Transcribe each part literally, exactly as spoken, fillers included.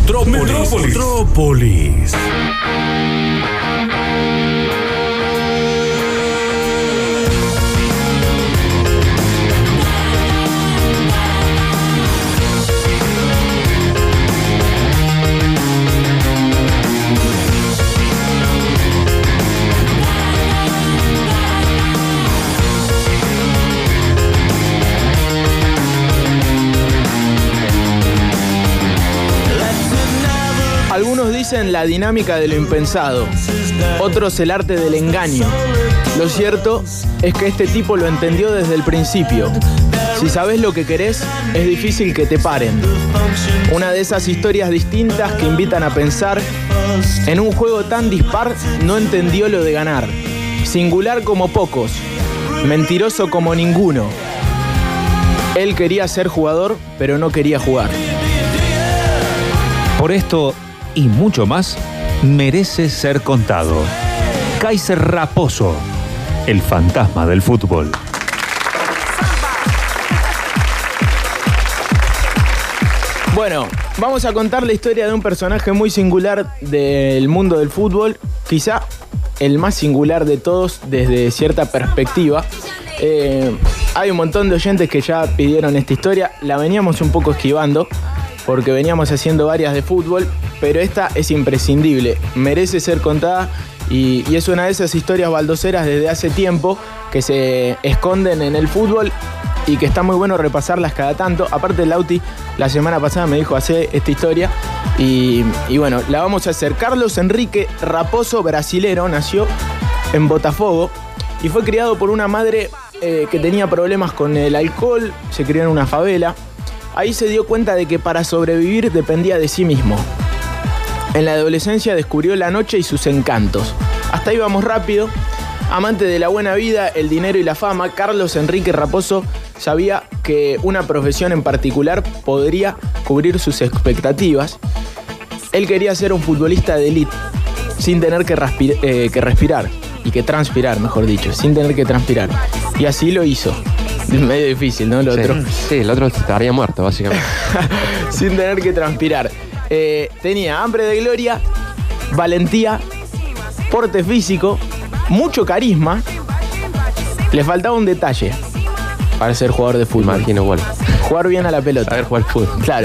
Metrópolis. Metrópolis. Metrópolis. Algunos dicen la dinámica de lo impensado, otros el arte del engaño. Lo cierto es que este tipo lo entendió desde el principio. Si sabes lo que querés, es difícil que te paren. Una de esas historias distintas que invitan a pensar. En un juego tan dispar, no entendió lo de ganar. Singular como pocos, mentiroso como ninguno. Él quería ser jugador, pero no quería jugar. Por esto y mucho más, merece ser contado. Kaiser Raposo, el fantasma del fútbol. Bueno, vamos a contar la historia de un personaje muy singular del mundo del fútbol, quizá el más singular de todos desde cierta perspectiva. Eh, hay un montón de oyentes que ya pidieron esta historia, la veníamos un poco esquivando porque veníamos haciendo varias de fútbol, pero esta es imprescindible, merece ser contada y, y es una de esas historias baldoseras desde hace tiempo que se esconden en el fútbol y que está muy bueno repasarlas cada tanto. Aparte, Lauti la semana pasada me dijo hacer esta historia y, y bueno, la vamos a hacer. Carlos Enrique Raposo, brasilero, nació en Botafogo y fue criado por una madre eh, que tenía problemas con el alcohol, se crió en una favela. Ahí se dio cuenta de que para sobrevivir dependía de sí mismo. En la adolescencia descubrió la noche y sus encantos. Hasta ahí vamos rápido. Amante de la buena vida, el dinero y la fama, Carlos Enrique Raposo sabía que una profesión en particular podría cubrir sus expectativas. Él quería ser un futbolista de élite, sin tener que, respir- eh, que respirar, y que transpirar, mejor dicho, sin tener que transpirar. Y así lo hizo. Medio difícil, ¿no? Lo sí, otro. Sí, el otro estaría muerto, básicamente. Sin tener que transpirar. Eh, tenía hambre de gloria, valentía, porte físico, mucho carisma. Le faltaba un detalle para ser jugador de fútbol. Imagino, bueno. Jugar bien a la pelota. Saber jugar fútbol. Claro.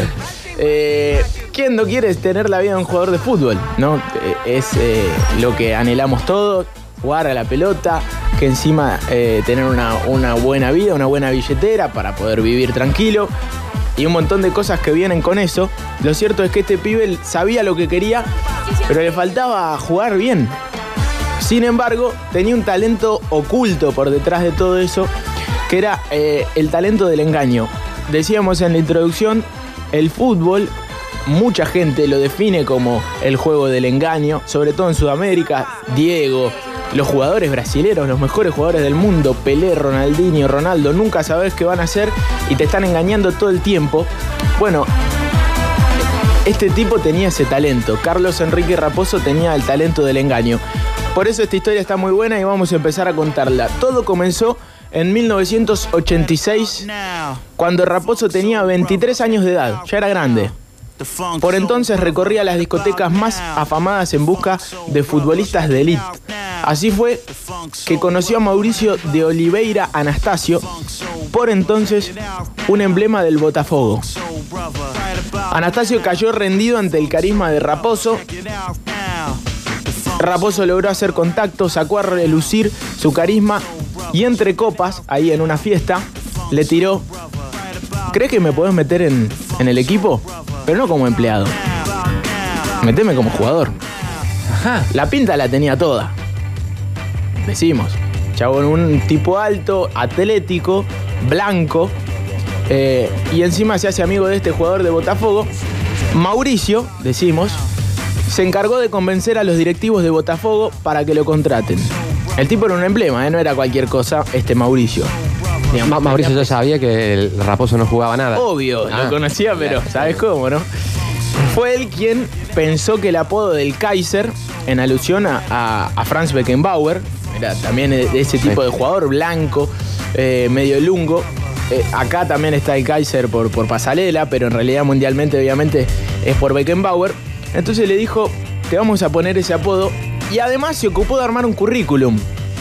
Eh, ¿Quién no quiere tener la vida de un jugador de fútbol? ¿No? Eh, es eh, lo que anhelamos todos, jugar a la pelota, que encima eh, tener una, una buena vida, una buena billetera para poder vivir tranquilo y un montón de cosas que vienen con eso. Lo cierto es que este pibe sabía lo que quería, pero le faltaba jugar bien. Sin embargo, tenía un talento oculto por detrás de todo eso, que era eh, el talento del engaño. Decíamos en la introducción, el fútbol, mucha gente lo define como el juego del engaño, sobre todo en Sudamérica. Diego, los jugadores brasileños, los mejores jugadores del mundo, Pelé, Ronaldinho, Ronaldo, nunca sabes qué van a hacer y te están engañando todo el tiempo. Bueno, este tipo tenía ese talento. Carlos Enrique Raposo tenía el talento del engaño. Por eso esta historia está muy buena y vamos a empezar a contarla. Todo comenzó en mil novecientos ochenta y seis, cuando Raposo tenía veintitrés años de edad, ya era grande. Por entonces recorría las discotecas más afamadas en busca de futbolistas de élite. Así fue que conoció a Mauricio de Oliveira Anastasio, por entonces un emblema del Botafogo. Anastasio cayó rendido ante el carisma de Raposo. Raposo logró hacer contacto, sacó a relucir su carisma y entre copas, ahí en una fiesta, le tiró: ¿crees que me podés meter en, en el equipo? Pero no como empleado. Meteme como jugador. Ajá. La pinta la tenía toda. Decimos. Chabón, un tipo alto, atlético, blanco. Eh, y encima se hace amigo de este jugador de Botafogo. Mauricio, decimos, se encargó de convencer a los directivos de Botafogo para que lo contraten. El tipo era un emblema, ¿eh? No era cualquier cosa este Mauricio. Ma- Mauricio ya sabía que el Raposo no jugaba nada. Obvio, Ah, lo conocía, pero ¿sabes cómo, no? Fue él quien pensó que el apodo del Kaiser, en alusión a, a, a Franz Beckenbauer, era también de ese tipo de jugador, blanco, eh, medio lungo, eh, acá también está el Kaiser por, por pasarela, pero en realidad mundialmente obviamente es por Beckenbauer. Entonces le dijo, te vamos a poner ese apodo. Y además se ocupó de armar un currículum.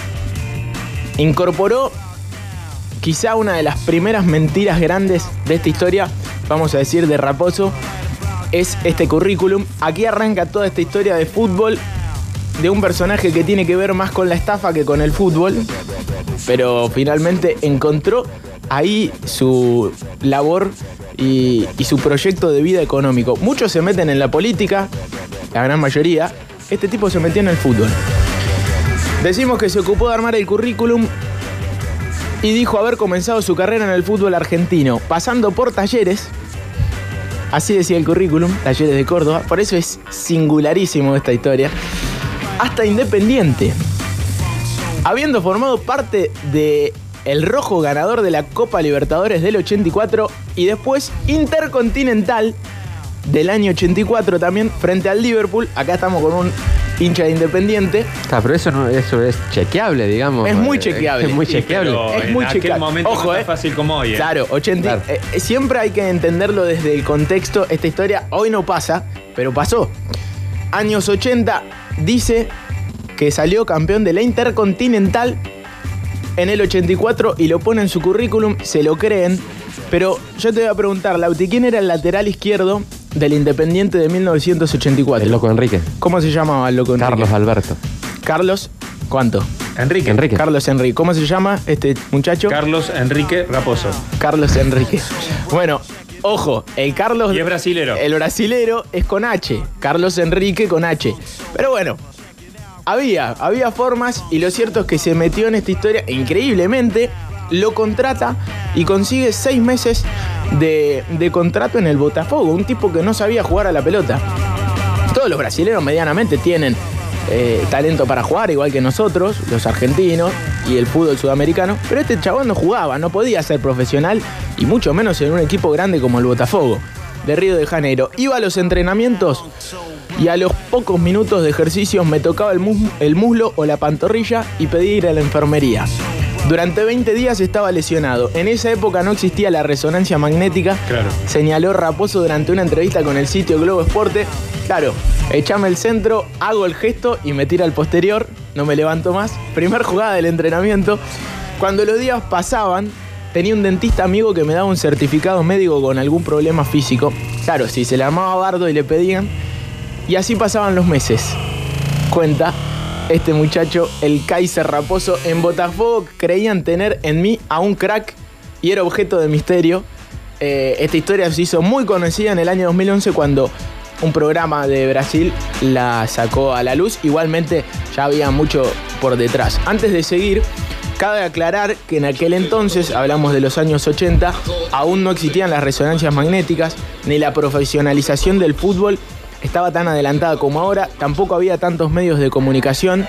Incorporó quizá una de las primeras mentiras grandes de esta historia, vamos a decir, de Raposo, es este currículum. Aquí arranca toda esta historia de fútbol, de un personaje que tiene que ver más con la estafa que con el fútbol, pero finalmente encontró ahí su labor y, y su proyecto de vida económico. Muchos se meten en la política, la gran mayoría. Este tipo se metió en el fútbol. Decimos que se ocupó de armar el currículum y dijo haber comenzado su carrera en el fútbol argentino, pasando por Talleres. Así decía el currículum, Talleres de Córdoba. Por eso es singularísimo esta historia. Hasta Independiente. Habiendo formado parte de el rojo ganador de la Copa Libertadores del ochenta y cuatro y después Intercontinental del año ochenta y cuatro también frente al Liverpool. Acá estamos con un hincha de Independiente. Ah, pero eso no, eso es chequeable, digamos. Es muy chequeable. Es muy chequeable. Pero Es en muy aquel chequeable. momento Ojo, no es eh. tan fácil como hoy. ¿eh? Claro, ochenta. Claro. eh, siempre hay que entenderlo desde el contexto. Esta historia hoy no pasa, pero pasó. Años ochenta, dice que salió campeón de la Intercontinental en el ochenta y cuatro y lo pone en su currículum, se lo creen. Pero yo te voy a preguntar, Lauti, ¿quién era el lateral izquierdo del Independiente de mil novecientos ochenta y cuatro? El loco Enrique. ¿Cómo se llamaba el loco Enrique? Carlos Alberto. Carlos, ¿cuánto? Enrique. Enrique. Carlos Enrique. ¿Cómo se llama este muchacho? Carlos Enrique Raposo. Carlos Enrique. Bueno, ojo, el Carlos... Y es brasilero. El brasilero es con H. Carlos Enrique con H. Pero bueno, había, había formas y lo cierto es que se metió en esta historia increíblemente, lo contrata y consigue seis meses de, de contrato en el Botafogo. Un tipo que no sabía jugar a la pelota. Todos los brasileños medianamente tienen eh, talento para jugar, igual que nosotros, los argentinos y el fútbol sudamericano. Pero este chabón no jugaba, no podía ser profesional y mucho menos en un equipo grande como el Botafogo de Río de Janeiro. Iba a los entrenamientos y a los pocos minutos de ejercicios me tocaba el, mus- el muslo o la pantorrilla y pedí ir a la enfermería. Durante veinte días estaba lesionado. En esa época no existía la resonancia magnética, Claro. señaló Raposo durante una entrevista con el sitio Globo Esporte. Claro, echame el centro, hago el gesto y me tira al posterior, no me levanto más. Primer jugada del entrenamiento. Cuando los días pasaban, tenía un dentista amigo que me daba un certificado médico con algún problema físico. Claro, si se le armaba bardo y le pedían. Y así pasaban los meses. Cuenta este muchacho, el Kaiser Raposo. En Botafogo creían tener en mí a un crack y era objeto de misterio. Eh, esta historia se hizo muy conocida en el año dos mil once cuando un programa de Brasil la sacó a la luz. Igualmente ya había mucho por detrás. Antes de seguir, cabe aclarar que en aquel entonces, hablamos de los años ochenta, aún no existían las resonancias magnéticas ni la profesionalización del fútbol estaba tan adelantada como ahora, tampoco había tantos medios de comunicación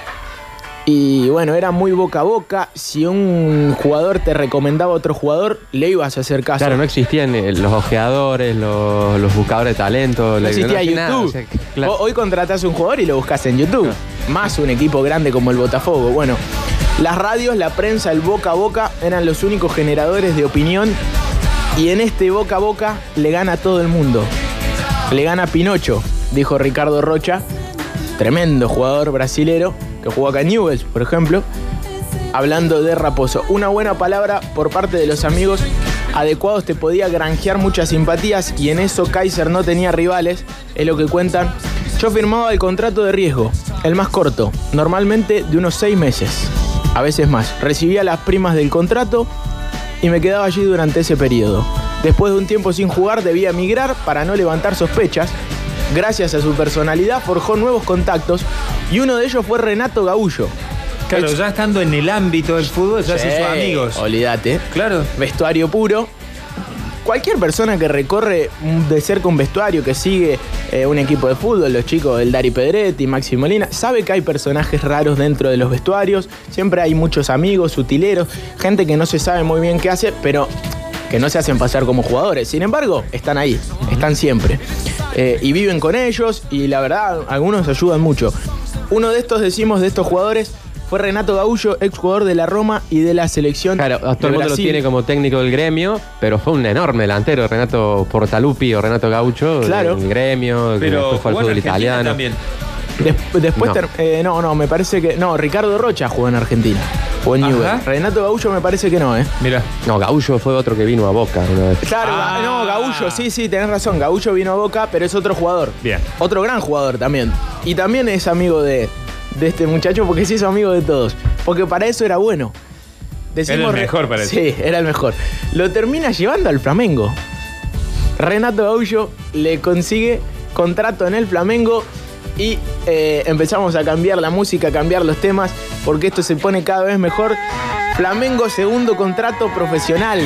y bueno, era muy boca a boca. Si un jugador te recomendaba a otro jugador, le ibas a hacer caso. Claro, no existían eh, los ojeadores, los, los buscadores de talento. No la- existía hacía YouTube. nada, o sea, claro. Vos hoy contratás a un jugador y lo buscás en YouTube. Más un equipo grande como el Botafogo. Bueno, las radios, la prensa, el boca a boca eran los únicos generadores de opinión y en este boca a boca le gana a todo el mundo. Le gana Pinocho, dijo Ricardo Rocha, tremendo jugador brasilero que jugó acá en Newell's, por ejemplo, hablando de Raposo. Una buena palabra por parte de los amigos adecuados te podía granjear muchas simpatías y en eso Kaiser no tenía rivales, es lo que cuentan. Yo firmaba el contrato de riesgo, el más corto, normalmente de unos seis meses, a veces más. Recibía las primas del contrato y me quedaba allí durante ese periodo. Después de un tiempo sin jugar debía emigrar para no levantar sospechas. Gracias a su personalidad forjó nuevos contactos y uno de ellos fue Renato Gaullo. Claro, Ex- ya estando en el ámbito del fútbol, ya se hizo Sí, amigos. Olvídate. Claro. Vestuario puro. Cualquier persona que recorre de cerca un vestuario, que sigue eh, un equipo de fútbol, los chicos del Dari Pedretti, Maxi Molina, sabe que hay personajes raros dentro de los vestuarios. Siempre hay muchos amigos, utileros, gente que no se sabe muy bien qué hace, pero que no se hacen pasar como jugadores. Sin embargo, están ahí, están siempre. Eh, y viven con ellos y la verdad, algunos ayudan mucho. Uno de estos, decimos, de estos jugadores fue Renato Gaúcho, exjugador de la Roma y de la selección. Claro, todo de el mundo lo Brasil. tiene como técnico del gremio, pero fue un enorme delantero, Renato Portaluppi o Renato Gaucho, Claro. del gremio, que Pero después fue al jugó en fútbol Argentina italiano. también. Des- después, No. ter- eh, no, no, me parece que. No, Ricardo Rocha jugó en Argentina. Jugó en Ajá. Newell's. Renato Gaúcho me parece que no, ¿eh? Mira. No, Gaullo fue otro que vino a Boca una vez. Claro, Ah. Ga- no, Gaúcho, sí, sí, tenés razón. Gaúcho vino a Boca, pero es otro jugador. Bien. Otro gran jugador también. Y también es amigo de, de este muchacho porque se hizo amigo de todos. Porque para eso era bueno. Era el re- mejor para eso. Sí, era el mejor. Lo termina llevando al Flamengo. Renato Gaúcho le consigue contrato en el Flamengo y eh, empezamos a cambiar la música, a cambiar los temas, porque esto se pone cada vez mejor. Flamengo, segundo contrato profesional.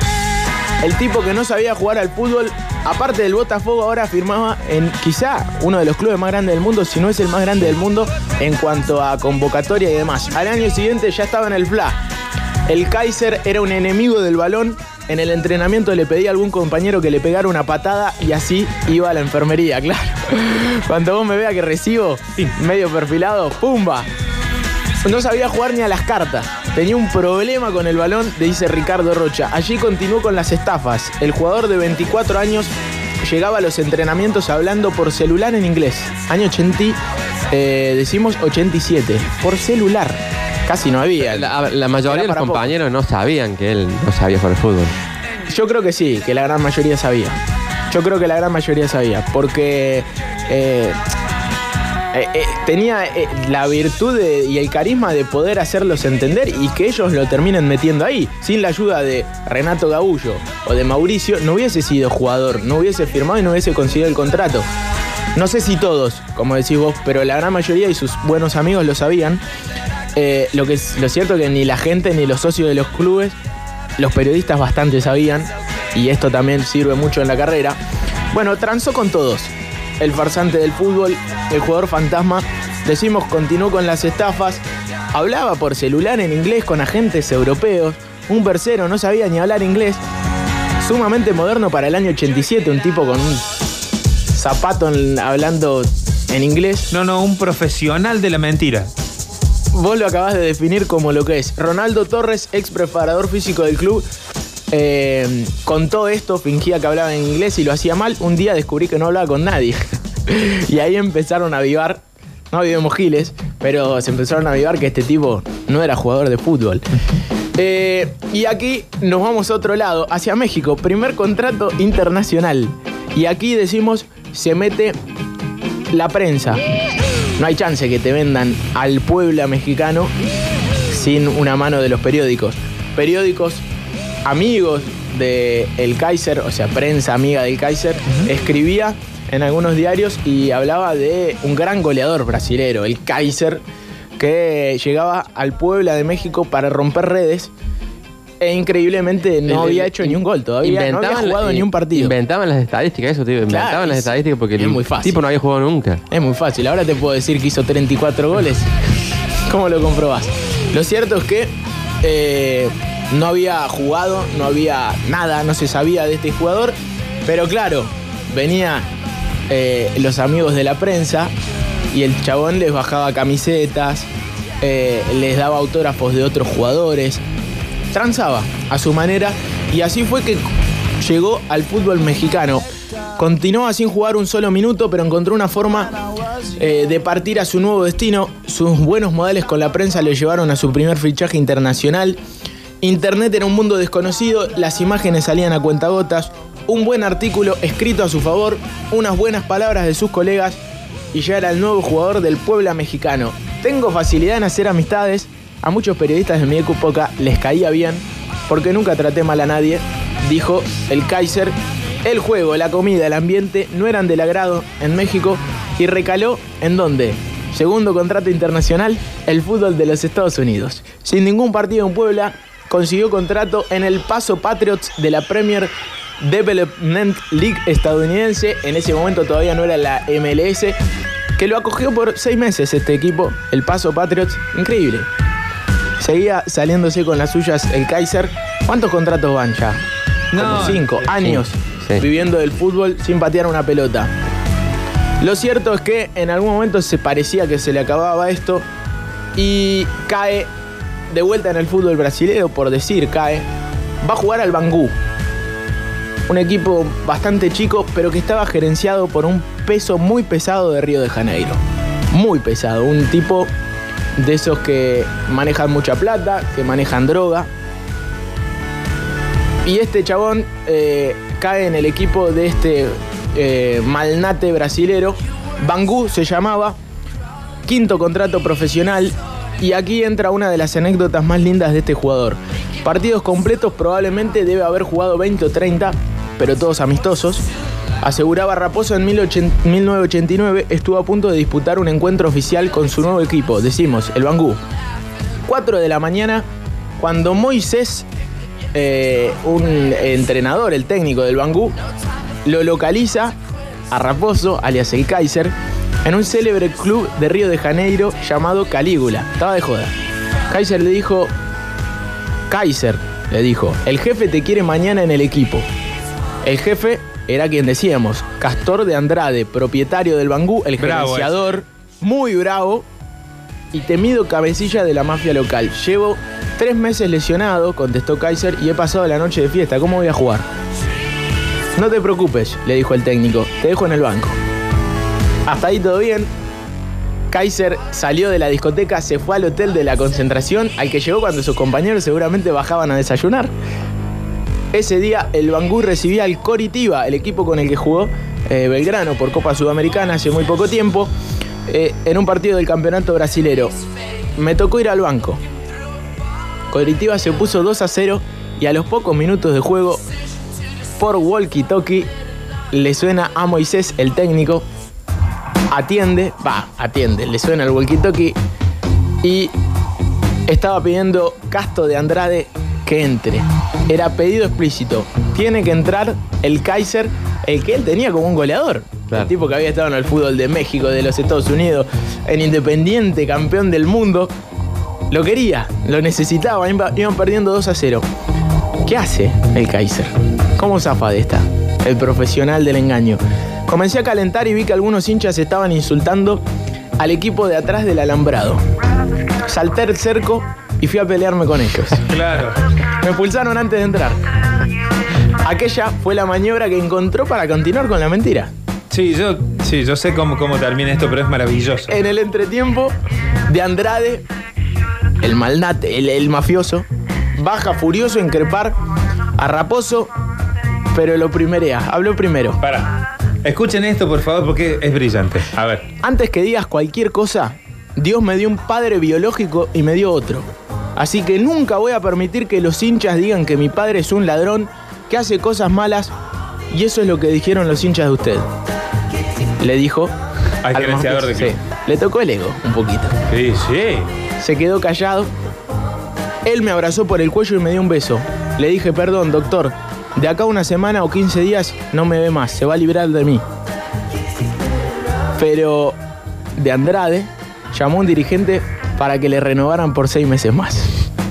El tipo que no sabía jugar al fútbol, aparte del Botafogo, ahora firmaba en quizá uno de los clubes más grandes del mundo, si no es el más grande del mundo en cuanto a convocatoria y demás. Al año siguiente ya estaba en el F L A. El Kaiser era un enemigo del balón. En el entrenamiento le pedía a algún compañero que le pegara una patada y así iba a la enfermería, claro. Cuando vos me veas que recibo, medio perfilado, ¡pumba! No sabía jugar ni a las cartas. Tenía un problema con el balón, dice Ricardo Rocha. Allí continuó con las estafas. El jugador de veinticuatro años llegaba a los entrenamientos hablando por celular en inglés. Año ochenta, eh, decimos ochenta y siete. Por celular. Casi no había. La, la mayoría de Era los para poco. compañeros no sabían que él no sabía jugar al fútbol. Yo creo que sí, que la gran mayoría sabía. Yo creo que la gran mayoría sabía. Porque eh, eh, eh, tenía eh, la virtud de- y el carisma de poder hacerlos entender y que ellos lo terminen metiendo ahí. Sin la ayuda de Renato Gaúcho o de Mauricio, no hubiese sido jugador, no hubiese firmado y no hubiese conseguido el contrato. No sé si todos, como decís vos, pero la gran mayoría y sus buenos amigos lo sabían. Eh, lo que es lo cierto que ni la gente ni los socios de los clubes, los periodistas bastante sabían, y esto también sirve mucho en la carrera. Bueno, transó con todos. El farsante del fútbol, el jugador fantasma, decimos, continuó con las estafas, hablaba por celular en inglés con agentes europeos, un versero, no sabía ni hablar inglés, sumamente moderno para el año ochenta y siete, un tipo con un zapato en- hablando en inglés. No, no, un profesional de la mentira. Vos lo acabás de definir como lo que es. Ronaldo Torres, ex preparador físico del club, eh, contó esto, fingía que hablaba en inglés y lo hacía mal. Un día descubrí que no hablaba con nadie. Y ahí empezaron a avivar, no avivemos giles, pero se empezaron a avivar que este tipo no era jugador de fútbol. Eh, y aquí nos vamos a otro lado, hacia México. Primer contrato internacional. Y aquí decimos, se mete la prensa. No hay chance que te vendan al Puebla mexicano sin una mano de los periódicos. Periódicos amigos del Kaiser, o sea, prensa amiga del Kaiser, escribía en algunos diarios y hablaba de un gran goleador brasilero, el Kaiser, que llegaba al Puebla de México para romper redes e increíblemente no El- había el- hecho ni un gol todavía, no había jugado la- ni un partido. Inventaban las estadísticas, eso, tío. Inventaban Claro, las es- estadísticas porque es el muy fácil. tipo no había jugado nunca. Es muy fácil, ahora te puedo decir que hizo treinta y cuatro goles. ¿Cómo lo comprobás? Lo cierto es que eh, no había jugado, no había nada, no se sabía de este jugador, pero claro, venía eh, los amigos de la prensa y el chabón les bajaba camisetas, eh, les daba autógrafos de otros jugadores, transaba a su manera y así fue que llegó al fútbol mexicano. Continuó sin jugar un solo minuto, pero encontró una forma eh, de partir a su nuevo destino. Sus buenos modales con la prensa le llevaron a su primer fichaje internacional. Internet era un mundo desconocido, las imágenes salían a cuentagotas, un buen artículo escrito a su favor, unas buenas palabras de sus colegas y ya era el nuevo jugador del Puebla mexicano. Tengo facilidad en hacer amistades, a muchos periodistas de mi época les caía bien, porque nunca traté mal a nadie, dijo el Kaiser. El juego, la comida, el ambiente no eran del agrado en México y recaló ¿en dónde? Segundo contrato internacional, el fútbol de los Estados Unidos. Sin ningún partido en Puebla, consiguió contrato en el Paso Patriots de la Premier Development League estadounidense. En ese momento todavía no era la M L S, que lo acogió por seis meses este equipo, el Paso Patriots. Increíble. Seguía saliéndose con las suyas el Kaiser. ¿Cuántos contratos van ya? Como No, cinco eh, años sí. viviendo del fútbol sin patear una pelota. Lo cierto es que en algún momento se parecía que se le acababa esto y cae de vuelta en el fútbol brasileño, por decir cae. Va a jugar al Bangu, un equipo bastante chico, pero que estaba gerenciado por un peso muy pesado de Río de Janeiro. Muy pesado, un tipo de esos que manejan mucha plata, que manejan droga. Y este chabón eh, cae en el equipo de este eh, malnate brasilero. Bangu se llamaba, quinto contrato profesional. Y aquí entra una de las anécdotas más lindas de este jugador. Partidos completos probablemente debe haber jugado veinte o treinta, pero todos amistosos. Aseguraba Raposo en mil novecientos ochenta y nueve estuvo a punto de disputar un encuentro oficial con su nuevo equipo, decimos, el Bangu. cuatro de la mañana, cuando Moisés, eh, un entrenador, el técnico del Bangu, lo localiza a Raposo, alias el Kaiser, en un célebre club de Río de Janeiro llamado Calígula. Estaba de joda. Kaiser le dijo, Kaiser, le dijo, el jefe te quiere mañana en el equipo. El jefe era quien decíamos, Castor de Andrade, propietario del Bangu, el gerenciador, bravo, muy bravo y temido cabecilla de la mafia local. Llevo tres meses lesionado, contestó Kaiser, y he pasado la noche de fiesta. ¿Cómo voy a jugar? No te preocupes, le dijo el técnico, te dejo en el banco. Hasta ahí todo bien. Kaiser salió de la discoteca, se fue al hotel de la concentración, al que llegó cuando sus compañeros seguramente bajaban a desayunar. Ese día el Bangu recibía al Coritiba, el equipo con el que jugó eh, Belgrano por Copa Sudamericana hace muy poco tiempo, eh, en un partido del campeonato brasilero. Me tocó ir al banco. Coritiba se puso dos a cero y a los pocos minutos de juego, por walkie-talkie, le suena a Moisés, el técnico. Atiende, va, atiende, le suena el walkie-talkie y estaba pidiendo Casto de Andrade que entre. Era pedido explícito. Tiene que entrar el Kaiser, el que él tenía como un goleador. Claro. El tipo que había estado en el fútbol de México, de los Estados Unidos, en Independiente, campeón del mundo. Lo quería, lo necesitaba, iban perdiendo dos a cero. ¿Qué hace el Kaiser? ¿Cómo zafa de esta? El profesional del engaño. Comencé a calentar y vi que algunos hinchas estaban insultando al equipo de atrás del alambrado. Salté el cerco y fui a pelearme con ellos. Claro. Me expulsaron antes de entrar. Aquella fue la maniobra que encontró para continuar con la mentira. Sí, yo, sí, yo sé cómo, cómo termina esto, pero es maravilloso. En el entretiempo de Andrade, el malnate, el, el mafioso, baja furioso a increpar a Raposo, pero lo primerea. Habló primero. Para. Escuchen esto, por favor, porque es brillante. A ver. Antes que digas cualquier cosa, Dios me dio un padre biológico y me dio otro. Así que nunca voy a permitir que los hinchas digan que mi padre es un ladrón, que hace cosas malas, y eso es lo que dijeron los hinchas de usted. Le dijo al gerenciador de club. Sí, le tocó el ego un poquito. Sí, sí. Se quedó callado. Él me abrazó por el cuello y me dio un beso. Le dije, perdón, doctor, de acá a una semana o quince días no me ve más, se va a librar de mí. Pero de Andrade llamó a un dirigente para que le renovaran por seis meses más.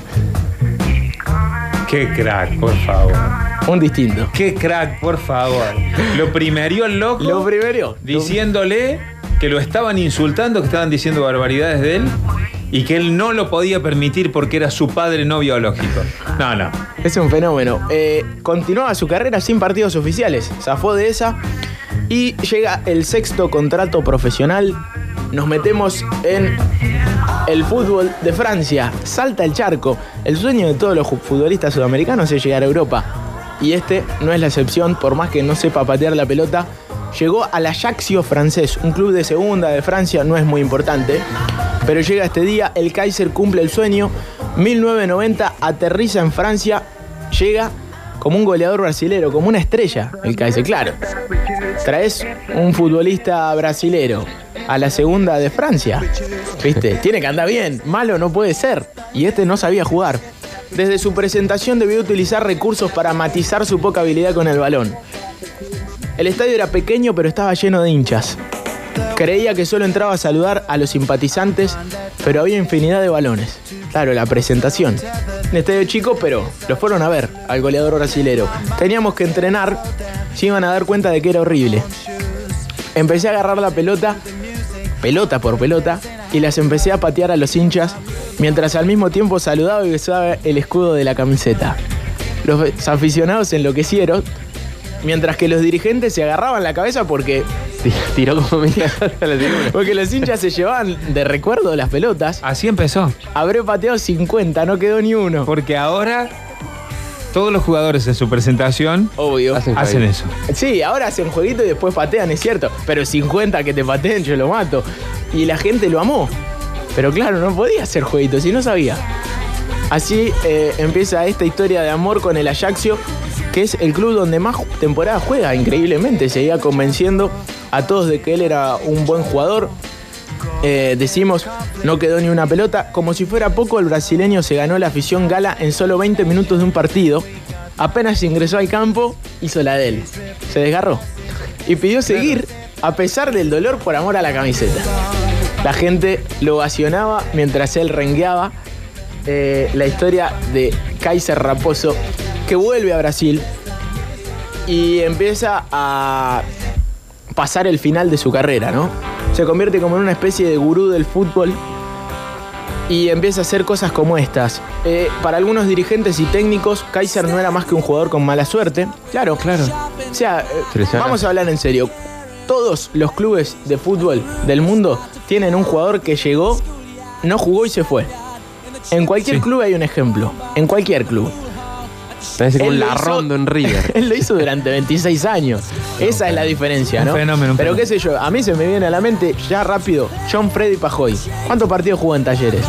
Qué crack, por favor. Un distinto. Qué crack, por favor. Lo primerió el loco. Lo primerió. Diciéndole que lo estaban insultando, que estaban diciendo barbaridades de él y que él no lo podía permitir porque era su padre no biológico. No, no. Es un fenómeno. Eh, continuaba su carrera sin partidos oficiales. Zafó de esa y llega el sexto contrato profesional. Nos metemos en el fútbol de Francia. Salta el charco. El sueño de todos los futbolistas sudamericanos es llegar a Europa. Y este no es la excepción, por más que no sepa patear la pelota. Llegó al Ajaccio francés, un club de segunda de Francia, no es muy importante. Pero llega este día, el Kaiser cumple el sueño. mil novecientos noventa aterriza en Francia. Llega como un goleador brasilero, como una estrella, el Kaiser, claro. Traes un futbolista brasilero a la segunda de Francia, ¿viste? Tiene que andar bien, malo no puede ser. Y este no sabía jugar. Desde su presentación debió utilizar recursos para matizar su poca habilidad con el balón. El estadio era pequeño, pero estaba lleno de hinchas. Creía que solo entraba a saludar a los simpatizantes, pero había infinidad de balones. Claro, la presentación. Un estadio chico, pero lo fueron a ver al goleador brasilero. Teníamos que entrenar, se iban a dar cuenta de que era horrible. Empecé a agarrar la pelota, pelota por pelota, y las empecé a patear a los hinchas, mientras al mismo tiempo saludaba y besaba el escudo de la camiseta. Los aficionados enloquecieron, mientras que los dirigentes se agarraban la cabeza porque... Tiró como media Porque los hinchas se llevaban de recuerdo las pelotas. Así empezó. Habré pateado cincuenta, no quedó ni uno. Porque ahora todos los jugadores en su presentación Obvio. Hacen hacen eso. Sí, ahora hacen jueguito y después patean, es cierto. Pero cincuenta que te pateen, yo lo mato. Y la gente lo amó. Pero claro, no podía hacer jueguito, si no sabía. Así eh, empieza esta historia de amor con el Ajaccio, que es el club donde más temporadas juega, increíblemente. Seguía convenciendo a todos de que él era un buen jugador. Eh, decimos, no quedó ni una pelota. Como si fuera poco, el brasileño se ganó la afición gala en solo veinte minutos de un partido. Apenas ingresó al campo, hizo la de él. Se desgarró. Y pidió seguir, a pesar del dolor, por amor a la camiseta. La gente lo ovacionaba mientras él rengueaba. Eh, la historia de Kaiser Raposo, que vuelve a Brasil y empieza a pasar el final de su carrera, ¿no? Se convierte como en una especie de gurú del fútbol y empieza a hacer cosas como estas. Eh, para algunos dirigentes y técnicos, Kaiser no era más que un jugador con mala suerte. Claro, claro. O sea, eh, vamos a hablar en serio. Todos los clubes de fútbol del mundo tienen un jugador que llegó, no jugó y se fue. En cualquier sí. club hay un ejemplo. En cualquier club. Parece como un Larrondo en River. Él lo hizo durante veintiséis años. No, Esa es la diferencia, ¿no? Un fenómeno, un Pero fenómeno. qué sé yo, a mí se me viene a la mente ya rápido John Freddy Pajoy. ¿Cuántos partidos jugó en Talleres?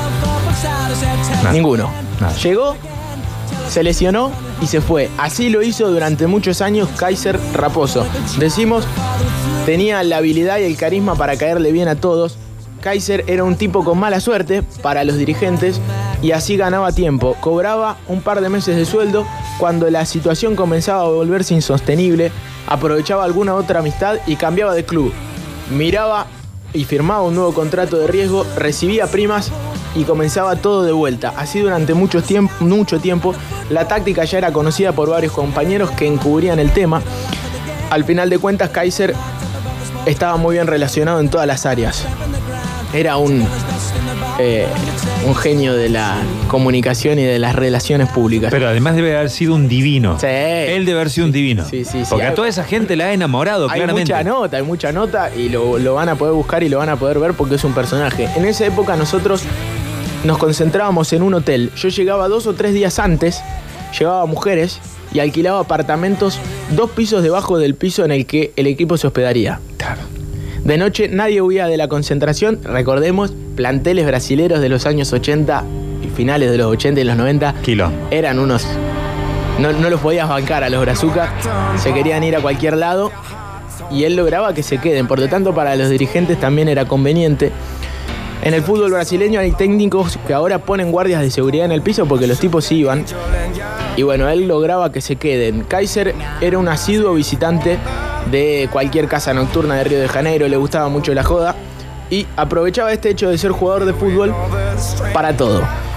Nada. Ninguno. Nada. Llegó, se lesionó y se fue. Así lo hizo durante muchos años Kaiser Raposo. Decimos, tenía la habilidad y el carisma para caerle bien a todos. Kaiser era un tipo con mala suerte para los dirigentes y así ganaba tiempo. Cobraba un par de meses de sueldo. Cuando la situación comenzaba a volverse insostenible, aprovechaba alguna otra amistad y cambiaba de club. Miraba y firmaba un nuevo contrato de riesgo, recibía primas y comenzaba todo de vuelta. Así durante mucho tiempo, mucho tiempo, la táctica ya era conocida por varios compañeros que encubrían el tema. Al final de cuentas, Kaiser estaba muy bien relacionado en todas las áreas. Era un, eh, un genio de la comunicación y de las relaciones públicas. Pero además debe haber sido un divino. Sí. Él debe haber sido un divino. Sí, sí, sí. Porque Hay, a toda esa gente la ha enamorado, hay claramente. Hay mucha nota, hay mucha nota y lo, lo van a poder buscar y lo van a poder ver porque es un personaje. En esa época nosotros nos concentrábamos en un hotel. Yo llegaba dos o tres días antes, llevaba mujeres y alquilaba apartamentos dos pisos debajo del piso en el que el equipo se hospedaría. Claro. De noche nadie huía de la concentración. Recordemos, planteles brasileros de los años ochenta y finales de los ochenta y los noventa. Quilombo. Eran unos... No, no los podías bancar a los brazucas. Se querían ir a cualquier lado y él lograba que se queden. Por lo tanto, para los dirigentes también era conveniente. En el fútbol brasileño hay técnicos que ahora ponen guardias de seguridad en el piso porque los tipos iban. Y bueno, él lograba que se queden. Kaiser era un asiduo visitante de cualquier casa nocturna de Río de Janeiro, le gustaba mucho la joda y aprovechaba este hecho de ser jugador de fútbol para todo.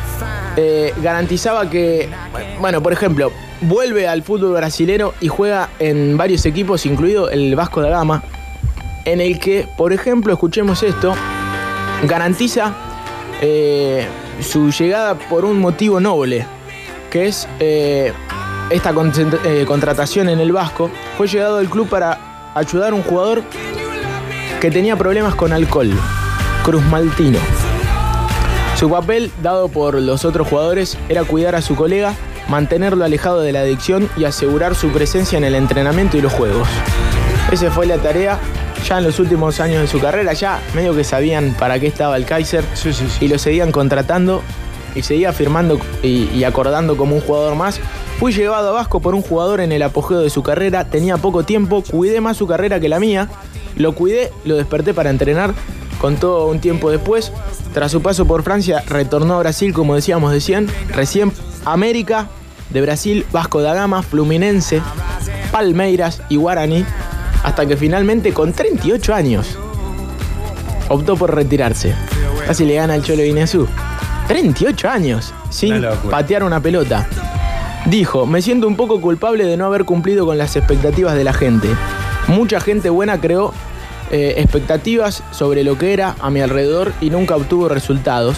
Eh, garantizaba que, bueno, por ejemplo, vuelve al fútbol brasilero y juega en varios equipos, incluido el Vasco da Gama, en el que, por ejemplo, escuchemos esto, garantiza eh, su llegada por un motivo noble, que es... Eh, Esta eh, contratación en el Vasco. Fue llegado al club para ayudar a un jugador que tenía problemas con alcohol, Cruz Maltino. Su papel, dado por los otros jugadores, era cuidar a su colega, mantenerlo alejado de la adicción y asegurar su presencia en el entrenamiento y los juegos. Esa fue la tarea ya en los últimos años de su carrera. Ya medio que sabían para qué estaba el Kaiser, sí, sí, sí. Y lo seguían contratando y seguía firmando y, y acordando como un jugador más. Fui llevado a Vasco por un jugador en el apogeo de su carrera, tenía poco tiempo, cuidé más su carrera que la mía, lo cuidé, lo desperté para entrenar, contó un tiempo después. Tras su paso por Francia, retornó a Brasil, como decíamos recién, recién América, de Brasil, Vasco da Gama, Fluminense, Palmeiras y Guarani, hasta que finalmente, con treinta y ocho años, optó por retirarse. Casi le gana al Cholo Guineazú. treinta y ocho años, sin patear una pelota. Dijo, me siento un poco culpable de no haber cumplido con las expectativas de la gente. Mucha gente buena creó eh, expectativas sobre lo que era a mi alrededor y nunca obtuvo resultados.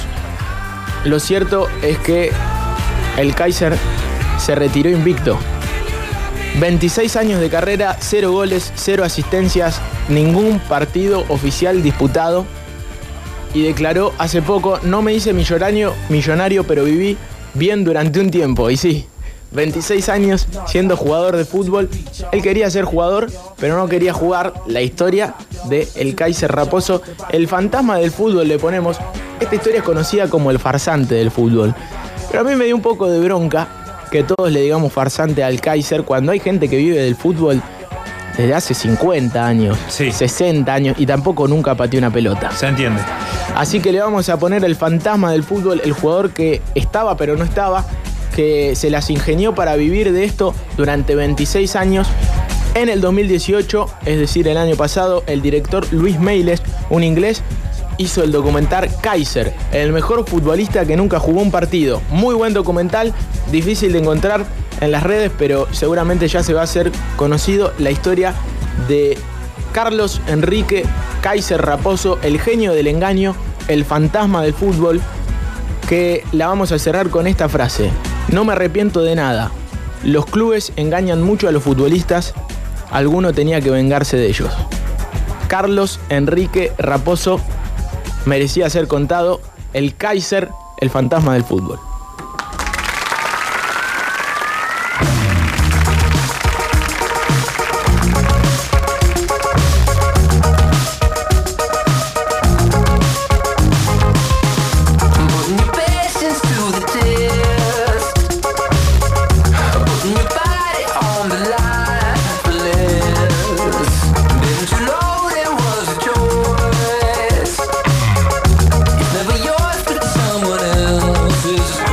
Lo cierto es que el Kaiser se retiró invicto. veintiséis años de carrera, cero goles, cero asistencias, ningún partido oficial disputado. Y declaró hace poco: no me hice millonario, millonario, pero viví bien durante un tiempo. Y sí, veintiséis años siendo jugador de fútbol. Él quería ser jugador, pero no quería jugar. La historia de el Kaiser Raposo, el fantasma del fútbol le ponemos. Esta historia es conocida como el farsante del fútbol. Pero a mí me dio un poco de bronca que todos le digamos farsante al Kaiser cuando hay gente que vive del fútbol desde hace cincuenta años, Sí. sesenta años y tampoco nunca pateó una pelota. Se entiende. Así que le vamos a poner el fantasma del fútbol, el jugador que estaba pero no estaba, que se las ingenió para vivir de esto durante veintiséis años. En el dos mil dieciocho, es decir, el año pasado, el director Luis Meiles, un inglés, hizo el documental Kaiser, el mejor futbolista que nunca jugó un partido. Muy buen documental, difícil de encontrar en las redes, pero seguramente ya se va a hacer conocido la historia de Carlos Enrique Kaiser Raposo, el genio del engaño, el fantasma del fútbol, que la vamos a cerrar con esta frase: no me arrepiento de nada. Los clubes engañan mucho a los futbolistas, alguno tenía que vengarse de ellos. Carlos Enrique Raposo merecía ser contado, el Kaiser, el fantasma del fútbol. Never yours, but someone else's.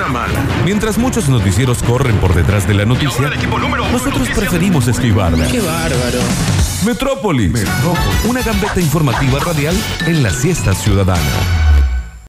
mala. Mientras muchos noticieros corren por detrás de la noticia, nosotros preferimos esquivarla. ¡Qué bárbaro! Metrópolis, una gambeta informativa radial en la siesta ciudadana.